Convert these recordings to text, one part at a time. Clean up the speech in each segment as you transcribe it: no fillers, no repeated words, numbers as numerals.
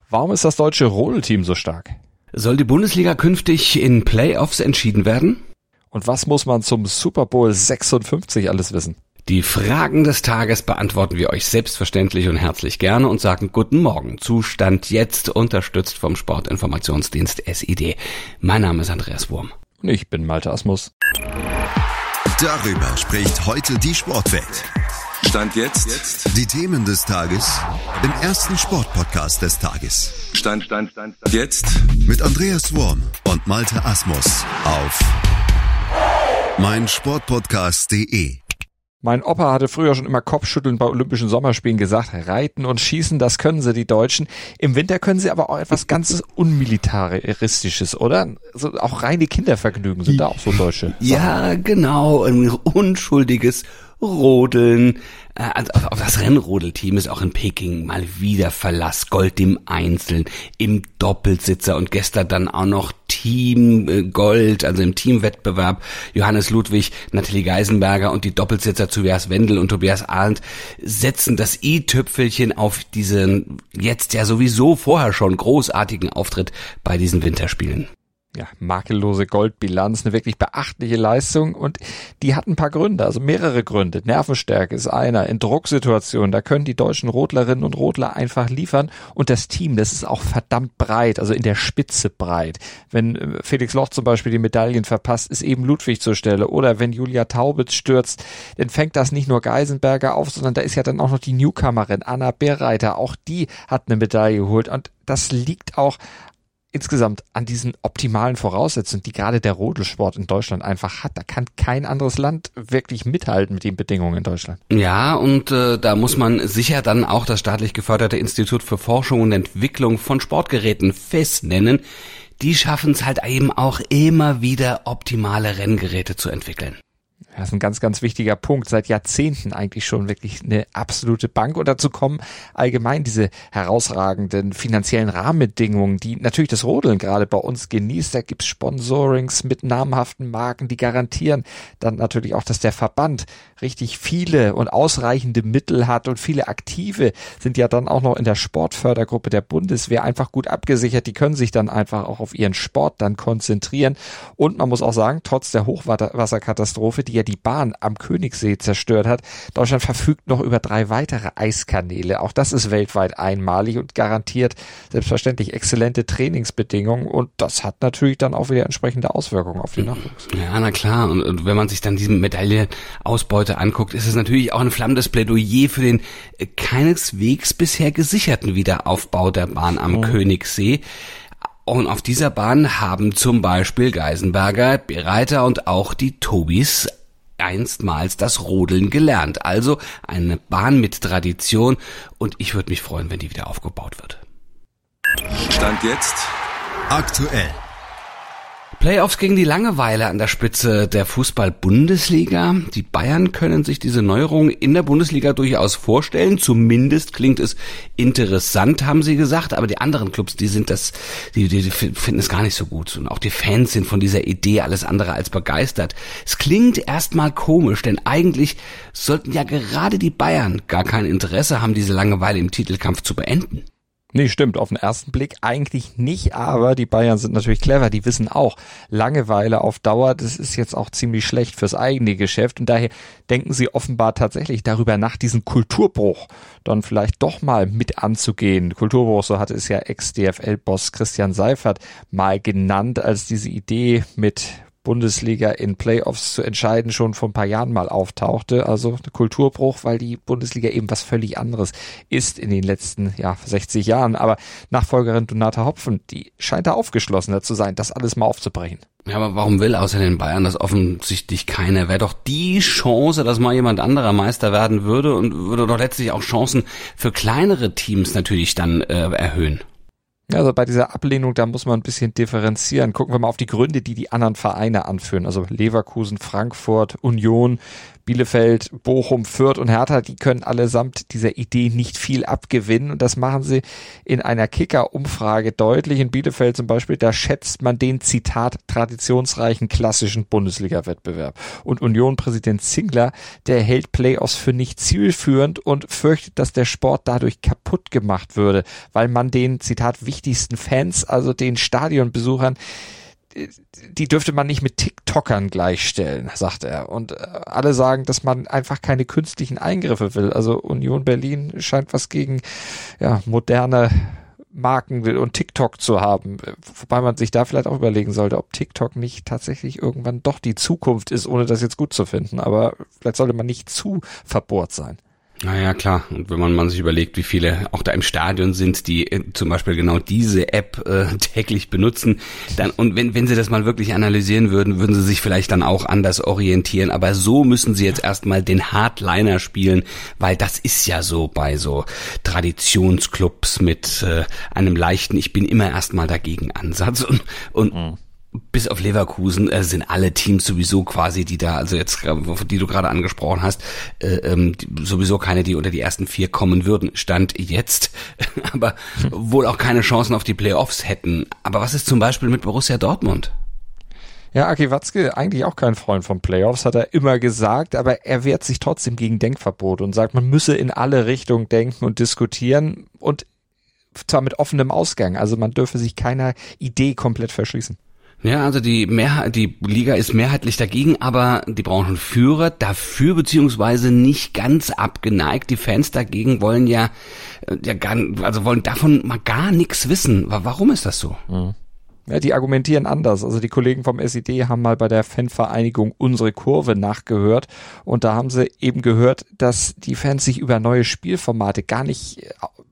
Warum ist das deutsche Rodelteam so stark? Soll die Bundesliga künftig in Playoffs entschieden werden? Und was muss man zum Super Bowl 56 alles wissen? Die Fragen des Tages beantworten wir euch selbstverständlich und herzlich gerne und sagen guten Morgen. Zustand jetzt, unterstützt vom Sportinformationsdienst SID. Mein Name ist Andreas Wurm. Und ich bin Malte Asmus. Darüber spricht heute die Sportwelt. Stand jetzt. Die Themen des Tages im ersten Sportpodcast des Tages. Stand jetzt. Mit Andreas Wurm und Malte Asmus auf meinsportpodcast.de. Mein Opa hatte früher schon immer Kopfschütteln bei Olympischen Sommerspielen gesagt, Reiten und Schießen, das können sie, die Deutschen. Im Winter können sie aber auch etwas ganz Unmilitaristisches, oder? Also auch reine Kindervergnügen sind da auch so deutsche Sachen. Ja, genau, ein unschuldiges Rodeln. Auf das Rennrodelteam ist auch in Peking mal wieder Verlass. Gold im Einzeln, im Doppelsitzer und gestern dann auch noch Team Gold, also im Teamwettbewerb. Johannes Ludwig, Nathalie Geisenberger und die Doppelsitzer Tobias Wendel und Tobias Arndt setzen das i-Tüpfelchen auf diesen jetzt ja sowieso vorher schon großartigen Auftritt bei diesen Winterspielen. Ja, makellose Goldbilanz, eine wirklich beachtliche Leistung und die hat ein paar Gründe, also mehrere Gründe. Nervenstärke ist einer, in Drucksituationen, da können die deutschen Rodlerinnen und Rodler einfach liefern und das Team, das ist auch verdammt breit, also in der Spitze breit. Wenn Felix Loch zum Beispiel die Medaillen verpasst, ist eben Ludwig zur Stelle oder wenn Julia Taubitz stürzt, dann fängt das nicht nur Geisenberger auf, sondern da ist ja dann auch noch die Newcomerin Anna Berreiter, auch die hat eine Medaille geholt und das liegt auch insgesamt an diesen optimalen Voraussetzungen, die gerade der Rodelsport in Deutschland einfach hat. Da kann kein anderes Land wirklich mithalten mit den Bedingungen in Deutschland. Ja, und da muss man sicher dann auch das staatlich geförderte Institut für Forschung und Entwicklung von Sportgeräten FES nennen. Die schaffen es halt eben auch immer wieder, optimale Renngeräte zu entwickeln. Das ist ein ganz, ganz wichtiger Punkt. Seit Jahrzehnten eigentlich schon wirklich eine absolute Bank. Und dazu kommen allgemein diese herausragenden finanziellen Rahmenbedingungen, die natürlich das Rodeln gerade bei uns genießt. Da gibt's Sponsorings mit namhaften Marken, die garantieren dann natürlich auch, dass der Verband richtig viele und ausreichende Mittel hat. Und viele Aktive sind ja dann auch noch in der Sportfördergruppe der Bundeswehr einfach gut abgesichert. Die können sich dann einfach auch auf ihren Sport dann konzentrieren. Und man muss auch sagen, trotz der Hochwasserkatastrophe, die ja die Bahn am Königssee zerstört hat. Deutschland verfügt noch über 3 weitere Eiskanäle. Auch das ist weltweit einmalig und garantiert selbstverständlich exzellente Trainingsbedingungen. Und das hat natürlich dann auch wieder entsprechende Auswirkungen auf den Nachwuchs. Ja, na klar. Und wenn man sich dann diese Medaillenausbeute anguckt, ist es natürlich auch ein flammendes Plädoyer für den keineswegs bisher gesicherten Wiederaufbau der Bahn am Königssee. Und auf dieser Bahn haben zum Beispiel Geisenberger, Berreiter und auch die Tobis einstmals das Rodeln gelernt. Also eine Bahn mit Tradition und ich würde mich freuen, wenn die wieder aufgebaut wird. Stand jetzt. Aktuell. Playoffs gegen die Langeweile an der Spitze der Fußball-Bundesliga. Die Bayern können sich diese Neuerung in der Bundesliga durchaus vorstellen. Zumindest klingt es interessant, haben sie gesagt. Aber die anderen Clubs, die finden es gar nicht so gut. Und auch die Fans sind von dieser Idee alles andere als begeistert. Es klingt erstmal komisch, denn eigentlich sollten ja gerade die Bayern gar kein Interesse haben, diese Langeweile im Titelkampf zu beenden. Nee, stimmt, auf den ersten Blick eigentlich nicht, aber die Bayern sind natürlich clever, die wissen auch, Langeweile auf Dauer, das ist jetzt auch ziemlich schlecht fürs eigene Geschäft und daher denken sie offenbar tatsächlich darüber nach, diesen Kulturbruch dann vielleicht doch mal mit anzugehen. Kulturbruch, so hatte es ja Ex-DFL-Boss Christian Seifert mal genannt, als diese Idee mit Bundesliga in Playoffs zu entscheiden schon vor ein paar Jahren mal auftauchte. Also der Kulturbruch, weil die Bundesliga eben was völlig anderes ist in den letzten 60 Jahren. Aber Nachfolgerin Donata Hopfen, die scheint da aufgeschlossener zu sein, das alles mal aufzubrechen. Ja, aber warum will außer den Bayern das offensichtlich keiner? Wäre doch die Chance, dass mal jemand anderer Meister werden würde und würde doch letztlich auch Chancen für kleinere Teams natürlich dann erhöhen. Also bei dieser Ablehnung, da muss man ein bisschen differenzieren. Gucken wir mal auf die Gründe, die anderen Vereine anführen. Also Leverkusen, Frankfurt, Union, Bielefeld, Bochum, Fürth und Hertha, die können allesamt dieser Idee nicht viel abgewinnen. Und das machen sie in einer Kicker-Umfrage deutlich. In Bielefeld zum Beispiel, da schätzt man den, Zitat, traditionsreichen klassischen Bundesliga-Wettbewerb. Und Union-Präsident Zingler, der hält Playoffs für nicht zielführend und fürchtet, dass der Sport dadurch kaputt gemacht würde, weil man den, Zitat, wichtigsten Fans, also den Stadionbesuchern, die dürfte man nicht mit TikTokern gleichstellen, sagt er. Und alle sagen, dass man einfach keine künstlichen Eingriffe will. Also Union Berlin scheint was gegen moderne Marken und TikTok zu haben. Wobei man sich da vielleicht auch überlegen sollte, ob TikTok nicht tatsächlich irgendwann doch die Zukunft ist, ohne das jetzt gut zu finden. Aber vielleicht sollte man nicht zu verbohrt sein. Naja, klar. Und wenn man sich überlegt, wie viele auch da im Stadion sind, die zum Beispiel genau diese App täglich benutzen, dann, und wenn sie das mal wirklich analysieren würden sie sich vielleicht dann auch anders orientieren. Aber so müssen sie jetzt erstmal den Hardliner spielen, weil das ist ja so bei so Traditionsclubs mit einem leichten Ich bin immer erstmal dagegen Ansatz und bis auf Leverkusen sind alle Teams sowieso quasi, die da, also jetzt, die du gerade angesprochen hast, sowieso keine, die unter die ersten 4 kommen würden, Stand jetzt, aber wohl auch keine Chancen auf die Playoffs hätten. Aber was ist zum Beispiel mit Borussia Dortmund? Ja, Aki Watzke, eigentlich auch kein Freund von Playoffs, hat er immer gesagt, aber er wehrt sich trotzdem gegen Denkverbot und sagt, man müsse in alle Richtungen denken und diskutieren und zwar mit offenem Ausgang, also man dürfe sich keiner Idee komplett verschließen. Ja, also die Liga ist mehrheitlich dagegen, aber die brauchen Führer dafür, beziehungsweise nicht ganz abgeneigt. Die Fans dagegen wollen wollen davon mal gar nichts wissen. Warum ist das so? Ja, die argumentieren anders. Also die Kollegen vom SED haben mal bei der Fanvereinigung Unsere Kurve nachgehört und da haben sie eben gehört, dass die Fans sich über neue Spielformate gar nicht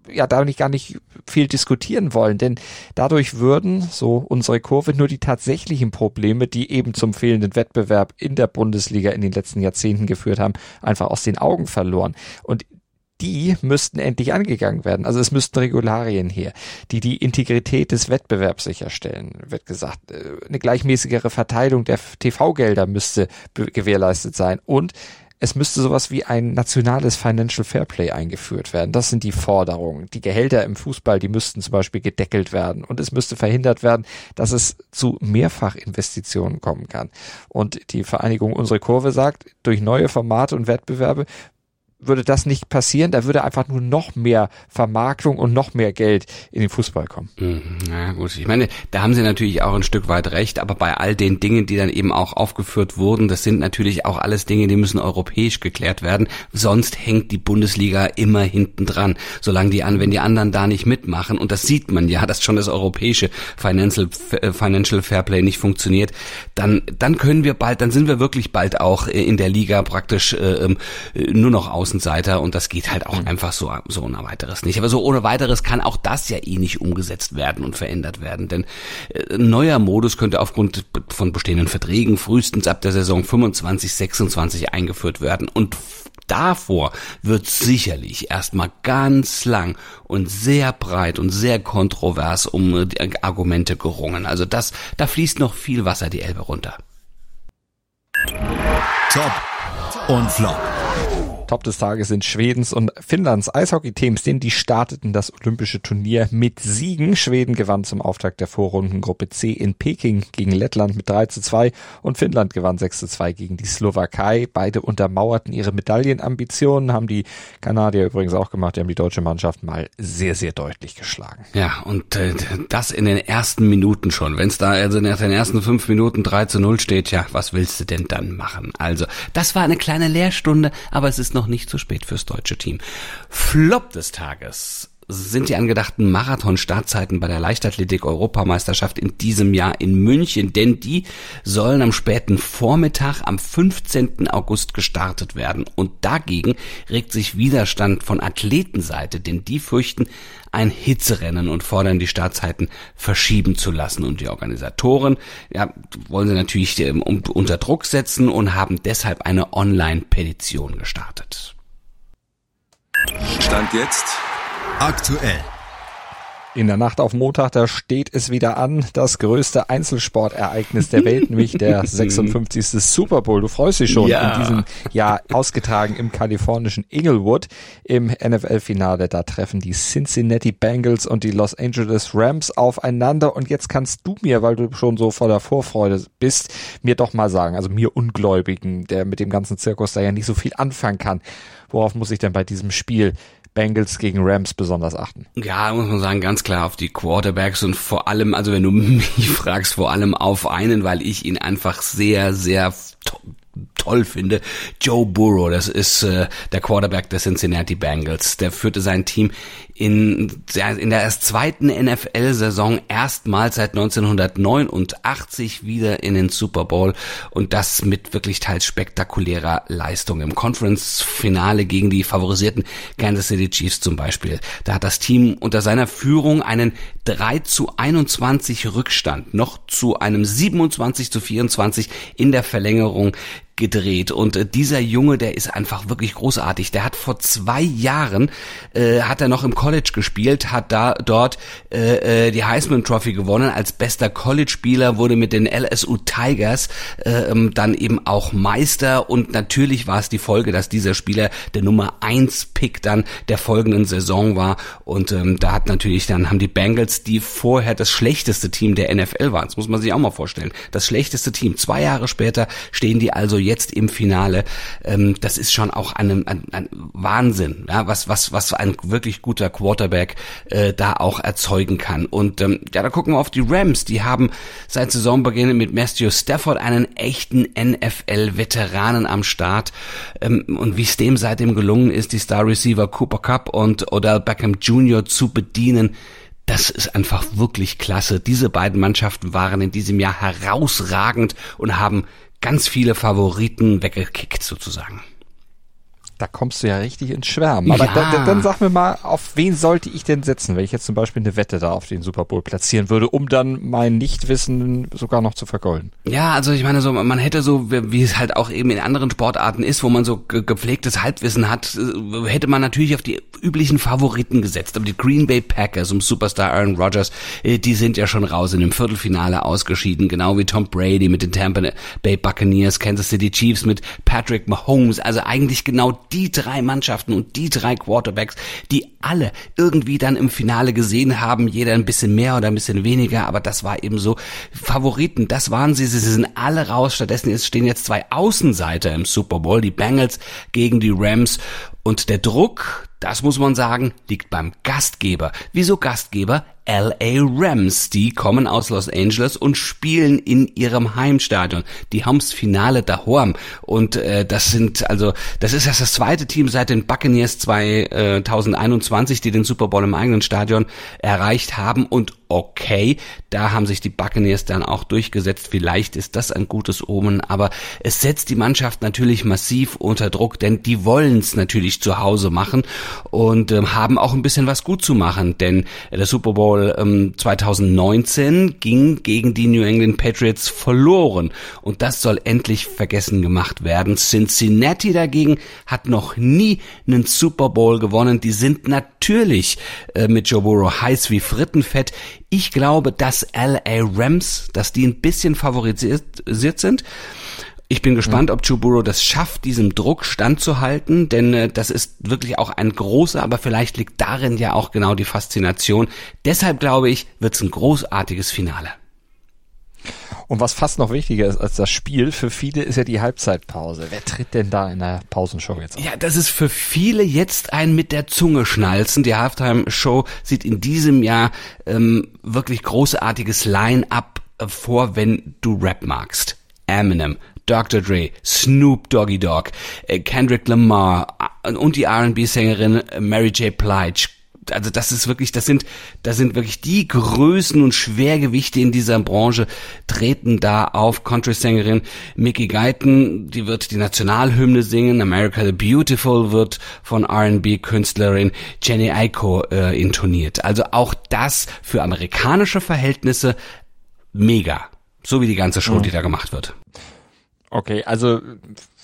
viel diskutieren wollen, denn dadurch würden, so Unsere Kurve, nur die tatsächlichen Probleme, die eben zum fehlenden Wettbewerb in der Bundesliga in den letzten Jahrzehnten geführt haben, einfach aus den Augen verloren. Und die müssten endlich angegangen werden. Also es müssten Regularien her, die Integrität des Wettbewerbs sicherstellen, wird gesagt. Eine gleichmäßigere Verteilung der TV-Gelder müsste gewährleistet sein und es müsste sowas wie ein nationales Financial Fairplay eingeführt werden. Das sind die Forderungen. Die Gehälter im Fußball, die müssten zum Beispiel gedeckelt werden. Und es müsste verhindert werden, dass es zu Mehrfachinvestitionen kommen kann. Und die Vereinigung Unsere Kurve sagt, durch neue Formate und Wettbewerbe würde das nicht passieren, da würde einfach nur noch mehr Vermarktung und noch mehr Geld in den Fußball kommen. Na gut, ich meine, da haben sie natürlich auch ein Stück weit recht, aber bei all den Dingen, die dann eben auch aufgeführt wurden, das sind natürlich auch alles Dinge, die müssen europäisch geklärt werden, sonst hängt die Bundesliga immer hinten dran, wenn die anderen da nicht mitmachen, und das sieht man ja, dass schon das europäische Financial Fairplay nicht funktioniert, dann sind wir wirklich bald auch in der Liga praktisch nur noch Außenseiter, und das geht halt auch einfach so ohne weiteres nicht. Aber so ohne weiteres kann auch das ja nicht umgesetzt werden und verändert werden, denn neuer Modus könnte aufgrund von bestehenden Verträgen frühestens ab der Saison 25/26 eingeführt werden, und davor wird sicherlich erstmal ganz lang und sehr breit und sehr kontrovers um die Argumente gerungen. Also da fließt noch viel Wasser die Elbe runter. Top und Flop. Top des Tages sind Schwedens und Finnlands Eishockey-Teams, denn die starteten das olympische Turnier mit Siegen. Schweden gewann zum Auftakt der Vorrundengruppe C in Peking gegen Lettland mit 3:2 und Finnland gewann 6:2 gegen die Slowakei. Beide untermauerten ihre Medaillenambitionen, haben die Kanadier übrigens auch gemacht, die haben die deutsche Mannschaft mal sehr, sehr deutlich geschlagen. Ja, und das in den ersten Minuten schon. Wenn es da also nach den ersten 5 Minuten 3:0 steht, ja, was willst du denn dann machen? Also, das war eine kleine Lehrstunde, aber es ist noch nicht zu spät fürs deutsche Team. Flop des Tages sind die angedachten Marathon-Startzeiten bei der Leichtathletik-Europameisterschaft in diesem Jahr in München, denn die sollen am späten Vormittag am 15. August gestartet werden. Und dagegen regt sich Widerstand von Athletenseite, denn die fürchten ein Hitzerennen und fordern, die Startzeiten verschieben zu lassen. Und die Organisatoren wollen sie natürlich unter Druck setzen und haben deshalb eine Online-Petition gestartet. Stand jetzt Aktuell. In der Nacht auf Montag, da steht es wieder an, das größte Einzelsportereignis der Welt, nämlich der 56. Super Bowl. Du freust dich schon in diesem Jahr ausgetragen im kalifornischen Inglewood. Im NFL-Finale, da treffen die Cincinnati Bengals und die Los Angeles Rams aufeinander. Und jetzt kannst du mir, weil du schon so voller Vorfreude bist, mir doch mal sagen, also mir Ungläubigen, der mit dem ganzen Zirkus da ja nicht so viel anfangen kann, worauf muss ich denn bei diesem Spiel Bengals gegen Rams besonders achten? Ja, muss man sagen, ganz klar auf die Quarterbacks und vor allem, also wenn du mich fragst, vor allem auf einen, weil ich ihn einfach sehr, sehr toll finde. Joe Burrow, das ist der Quarterback der Cincinnati Bengals. Der führte sein Team in der erst zweiten NFL-Saison erstmals seit 1989 wieder in den Super Bowl und das mit wirklich teils spektakulärer Leistung. Im Conference-Finale gegen die favorisierten Kansas City Chiefs zum Beispiel. Da hat das Team unter seiner Führung einen 3-21 Rückstand noch zu einem 27-24 in der Verlängerung gedreht. Und dieser Junge, der ist einfach wirklich großartig. Der hat vor 2 Jahren, hat er noch im College gespielt, hat dort die Heisman Trophy gewonnen als bester College-Spieler, wurde mit den LSU Tigers dann eben auch Meister und natürlich war es die Folge, dass dieser Spieler der Nummer 1 Pick dann der folgenden Saison war und da haben die Bengals, die vorher das schlechteste Team der NFL waren, das muss man sich auch mal vorstellen, das schlechteste Team, 2 Jahre später stehen die also jetzt im Finale. Das ist schon auch ein Wahnsinn, ja, was ein wirklich guter Quarterback da auch erzeugen kann. Und da gucken wir auf die Rams. Die haben seit Saisonbeginn mit Matthew Stafford einen echten NFL-Veteranen am Start. Und wie es dem seitdem gelungen ist, die Star-Receiver Cooper Kupp und Odell Beckham Jr. zu bedienen, das ist einfach wirklich klasse. Diese beiden Mannschaften waren in diesem Jahr herausragend und haben ganz viele Favoriten weggekickt sozusagen. Da kommst du ja richtig ins Schwärmen. Aber dann sag mir mal, auf wen sollte ich denn setzen, wenn ich jetzt zum Beispiel eine Wette da auf den Super Bowl platzieren würde, um dann mein Nichtwissen sogar noch zu vergolden? Ja, also ich meine, so man hätte so, wie es halt auch eben in anderen Sportarten ist, wo man so gepflegtes Halbwissen hat, hätte man natürlich auf die üblichen Favoriten gesetzt. Aber die Green Bay Packers um Superstar Aaron Rodgers, die sind ja schon raus in dem Viertelfinale ausgeschieden, genau wie Tom Brady mit den Tampa Bay Buccaneers, Kansas City Chiefs mit Patrick Mahomes, also eigentlich genau die 3 Mannschaften und die 3 Quarterbacks, die alle irgendwie dann im Finale gesehen haben, jeder ein bisschen mehr oder ein bisschen weniger, aber das war eben so Favoriten, das waren sie sind alle raus, stattdessen stehen jetzt 2 Außenseiter im Super Bowl, die Bengals gegen die Rams und der Druck, das muss man sagen, liegt beim Gastgeber. Wieso Gastgeber? LA Rams, die kommen aus Los Angeles und spielen in ihrem Heimstadion. Die haben's Finale daheim und das ist erst das zweite Team seit den Buccaneers 2021, die den Super Bowl im eigenen Stadion erreicht haben und okay, da haben sich die Buccaneers dann auch durchgesetzt. Vielleicht ist das ein gutes Omen, aber es setzt die Mannschaft natürlich massiv unter Druck, denn die wollen's natürlich zu Hause machen und haben auch ein bisschen was gut zu machen, denn der Super Bowl 2019 ging gegen die New England Patriots verloren und das soll endlich vergessen gemacht werden. Cincinnati dagegen hat noch nie einen Super Bowl gewonnen. Die sind natürlich mit Joe Burrow heiß wie Frittenfett. Ich glaube, dass LA Rams, dass die ein bisschen favorisiert sind. Ich bin gespannt, ob Joe Burrow das schafft, diesem Druck standzuhalten, denn das ist wirklich auch ein großer, aber vielleicht liegt darin ja auch genau die Faszination. Deshalb glaube ich, wird es ein großartiges Finale. Und was fast noch wichtiger ist als das Spiel, für viele ist ja die Halbzeitpause. Wer tritt denn da in der Pausenshow jetzt auf? Ja, das ist für viele jetzt ein mit der Zunge schnalzen. Die Halftime-Show sieht in diesem Jahr wirklich großartiges Line-Up vor, wenn du Rap magst. Eminem, Dr. Dre, Snoop Doggy Dogg, Kendrick Lamar und die R&B-Sängerin Mary J. Blige. Also das sind wirklich die Größen und Schwergewichte in dieser Branche, treten da auf. Country-Sängerin Mickey Guyton, die wird die Nationalhymne singen. America the Beautiful wird von R&B-Künstlerin Jenny Aiko intoniert. Also auch das für amerikanische Verhältnisse mega. So wie die ganze Show, die da gemacht wird. Okay, also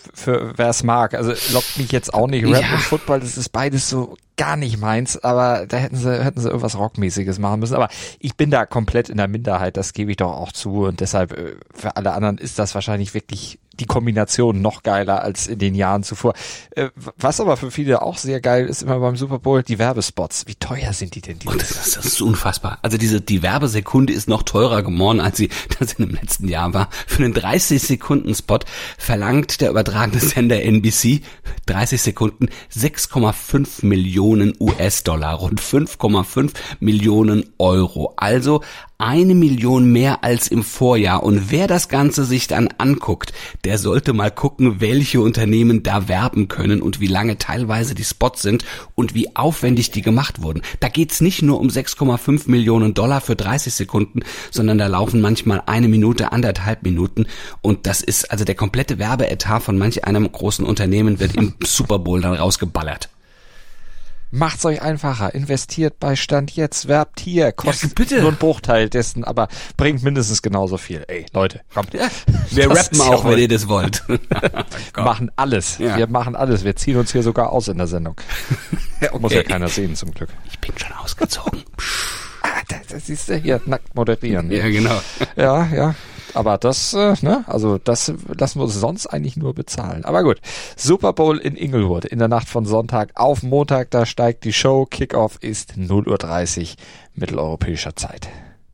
für wer es mag. Also lockt mich jetzt auch nicht. Rap und Football, das ist beides so gar nicht meins, aber da hätten sie irgendwas Rockmäßiges machen müssen. Aber ich bin da komplett in der Minderheit, das gebe ich doch auch zu. Und deshalb, für alle anderen ist das wahrscheinlich wirklich die Kombination noch geiler als in den Jahren zuvor. Was aber für viele auch sehr geil ist, immer beim Super Bowl, die Werbespots. Wie teuer sind die denn? Und das ist unfassbar. Also die Werbesekunde ist noch teurer geworden, als sie das in dem letzten Jahr war. Für einen 30-Sekunden-Spot verlangt der übertragene Sender NBC 30 Sekunden 6,5 Millionen US-Dollar, rund 5,5 Millionen Euro. Also 1 Million mehr als im Vorjahr. Und wer das Ganze sich dann anguckt, der sollte mal gucken, welche Unternehmen da werben können und wie lange teilweise die Spots sind und wie aufwendig die gemacht wurden. Da geht's nicht nur um 6,5 Millionen Dollar für 30 Sekunden, sondern da laufen manchmal 1 Minute, 1,5 Minuten. Und das ist also der komplette Werbeetat von manch einem großen Unternehmen wird im Super Bowl dann rausgeballert. Macht's euch einfacher, investiert bei Stand jetzt, werbt hier, kostet bitte. nur einen Bruchteil dessen, aber bringt mindestens genauso viel. Ey, Leute, kommt. Ja, wir rappen auch, wenn ihr das wollt. Machen alles. Ja. Wir machen alles. Wir ziehen uns hier sogar aus in der Sendung. Okay. Muss ja keiner sehen, zum Glück. Ich bin schon ausgezogen. Das siehst du hier, nackt moderieren. Ja, genau. Ja. Aber das, also das lassen wir uns sonst eigentlich nur bezahlen. Aber gut, Super Bowl in Inglewood in der Nacht von Sonntag auf Montag, da steigt die Show. Kickoff ist 0:30 Uhr mitteleuropäischer Zeit.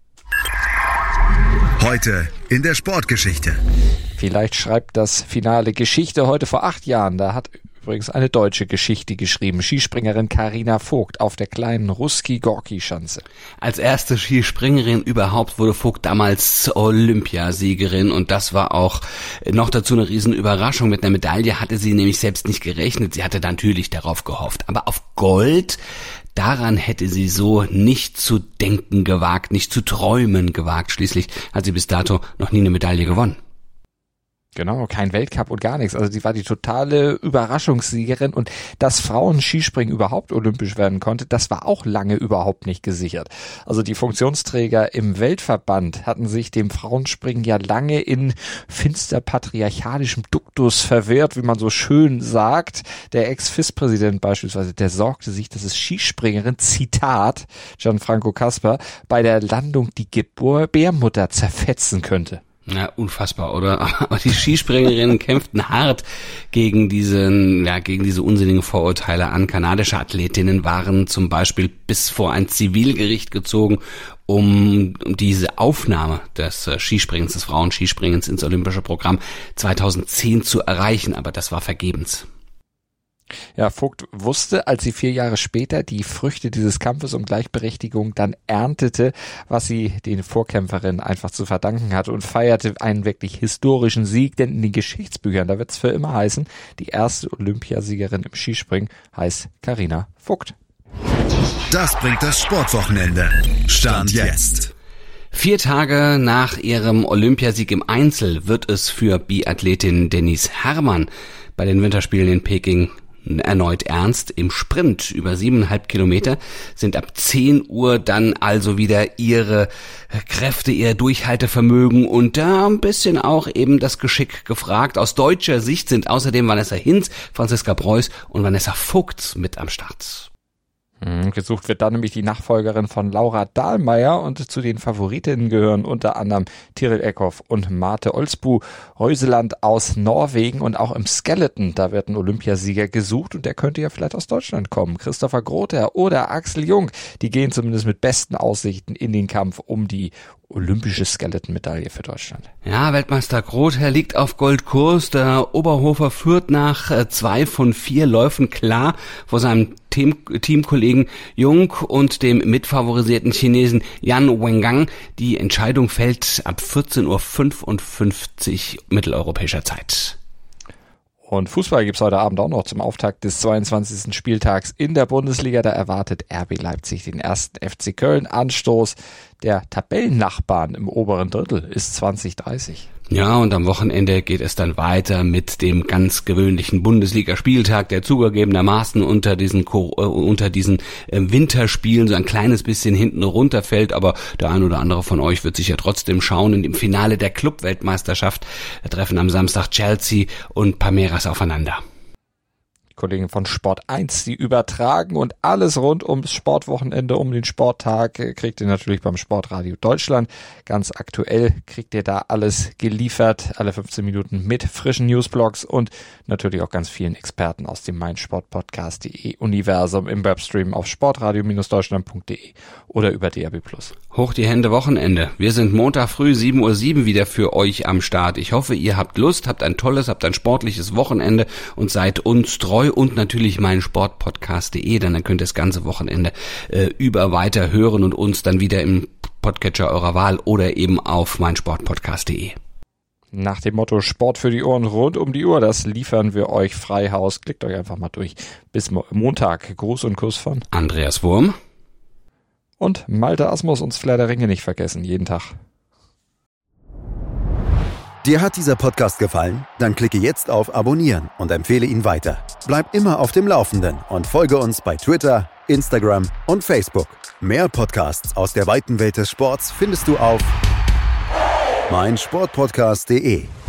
Heute in der Sportgeschichte. Vielleicht schreibt das Finale Geschichte heute vor 8 Jahren. Da hat übrigens eine deutsche Geschichte geschrieben. Skispringerin Carina Vogt auf der kleinen Ruski-Gorki-Schanze. Als erste Skispringerin überhaupt wurde Vogt damals Olympiasiegerin und das war auch noch dazu eine Riesenüberraschung. Mit einer Medaille hatte sie nämlich selbst nicht gerechnet. Sie hatte natürlich darauf gehofft. Aber auf Gold, daran hätte sie so nicht zu denken gewagt, nicht zu träumen gewagt. Schließlich hat sie bis dato noch nie eine Medaille gewonnen. Genau, kein Weltcup und gar nichts. Also sie war die totale Überraschungssiegerin und dass Frauen-Skispringen überhaupt olympisch werden konnte, das war auch lange überhaupt nicht gesichert. Also die Funktionsträger im Weltverband hatten sich dem Frauenspringen ja lange in finster patriarchalischem Duktus verwehrt, wie man so schön sagt. Der Ex-FIS-Präsident beispielsweise, der sorgte sich, dass es Skispringerin, Zitat, Gianfranco Casper, bei der Landung die Gebärmutter zerfetzen könnte. Ja, unfassbar, oder? Aber die Skispringerinnen kämpften hart gegen diese unsinnigen Vorurteile an. Kanadische Athletinnen waren zum Beispiel bis vor ein Zivilgericht gezogen, um diese Aufnahme des Skispringens, des Frauenskispringens ins olympische Programm 2010 zu erreichen. Aber das war vergebens. Ja, Vogt wusste, als sie 4 Jahre später die Früchte dieses Kampfes um Gleichberechtigung dann erntete, was sie den Vorkämpferinnen einfach zu verdanken hatte und feierte einen wirklich historischen Sieg, denn in den Geschichtsbüchern, da wird es für immer heißen, die erste Olympiasiegerin im Skispringen heißt Carina Vogt. Das bringt das Sportwochenende. Stand jetzt. 4 Tage nach ihrem Olympiasieg im Einzel wird es für Biathletin Denise Herrmann bei den Winterspielen in Peking erneut ernst. Im Sprint über 7,5 Kilometer sind ab 10 Uhr dann also wieder ihre Kräfte, ihr Durchhaltevermögen und da ein bisschen auch eben das Geschick gefragt. Aus deutscher Sicht sind außerdem Vanessa Hinz, Franziska Preuß und Vanessa Vogt mit am Start. Gesucht wird dann nämlich die Nachfolgerin von Laura Dahlmeier und zu den Favoritinnen gehören unter anderem Tiril Eckhoff und Marte Olsbu. Reuseland aus Norwegen und auch im Skeleton, da wird ein Olympiasieger gesucht und der könnte ja vielleicht aus Deutschland kommen. Christopher Grother oder Axel Jung, die gehen zumindest mit besten Aussichten in den Kampf um die olympische Skeleton-Medaille für Deutschland. Ja, Weltmeister Grother liegt auf Goldkurs. Der Oberhofer führt nach 2 von 4 Läufen klar vor seinem Teamkollegen Jung und dem mitfavorisierten Chinesen Yan Wengang. Die Entscheidung fällt ab 14:55 Uhr mitteleuropäischer Zeit. Und Fußball gibt's heute Abend auch noch zum Auftakt des 22. Spieltags in der Bundesliga. Da erwartet RB Leipzig den ersten FC Köln. Anstoß der Tabellennachbarn im oberen Drittel ist 20:30. Ja, und am Wochenende geht es dann weiter mit dem ganz gewöhnlichen Bundesligaspieltag, der zugegebenermaßen unter diesen Winterspielen so ein kleines bisschen hinten runterfällt, aber der ein oder andere von euch wird sich ja trotzdem schauen. Und im Finale der Clubweltmeisterschaft treffen am Samstag Chelsea und Palmeiras aufeinander. Kollegen von Sport 1, die übertragen, und alles rund ums Sportwochenende, um den Sporttag kriegt ihr natürlich beim Sportradio Deutschland. Ganz aktuell kriegt ihr da alles geliefert, alle 15 Minuten mit frischen Newsblogs und natürlich auch ganz vielen Experten aus dem meinsportpodcast.de Universum im Webstream auf sportradio-deutschland.de oder über DAB+. Hoch die Hände, Wochenende. Wir sind Montag früh 7:07 Uhr wieder für euch am Start. Ich hoffe, ihr habt Lust, habt ein sportliches Wochenende und seid uns treu, und natürlich meinsportpodcast.de, denn dann könnt ihr das ganze Wochenende über weiter hören und uns dann wieder im Podcatcher eurer Wahl oder eben auf meinsportpodcast.de. Nach dem Motto Sport für die Ohren rund um die Uhr, das liefern wir euch frei Haus. Klickt euch einfach mal durch. Bis Montag. Gruß und Kuss von Andreas Wurm und Malte Asmus, uns Flair der Ringe nicht vergessen, jeden Tag. Dir hat dieser Podcast gefallen? Dann klicke jetzt auf Abonnieren und empfehle ihn weiter. Bleib immer auf dem Laufenden und folge uns bei Twitter, Instagram und Facebook. Mehr Podcasts aus der weiten Welt des Sports findest du auf meinsportpodcast.de.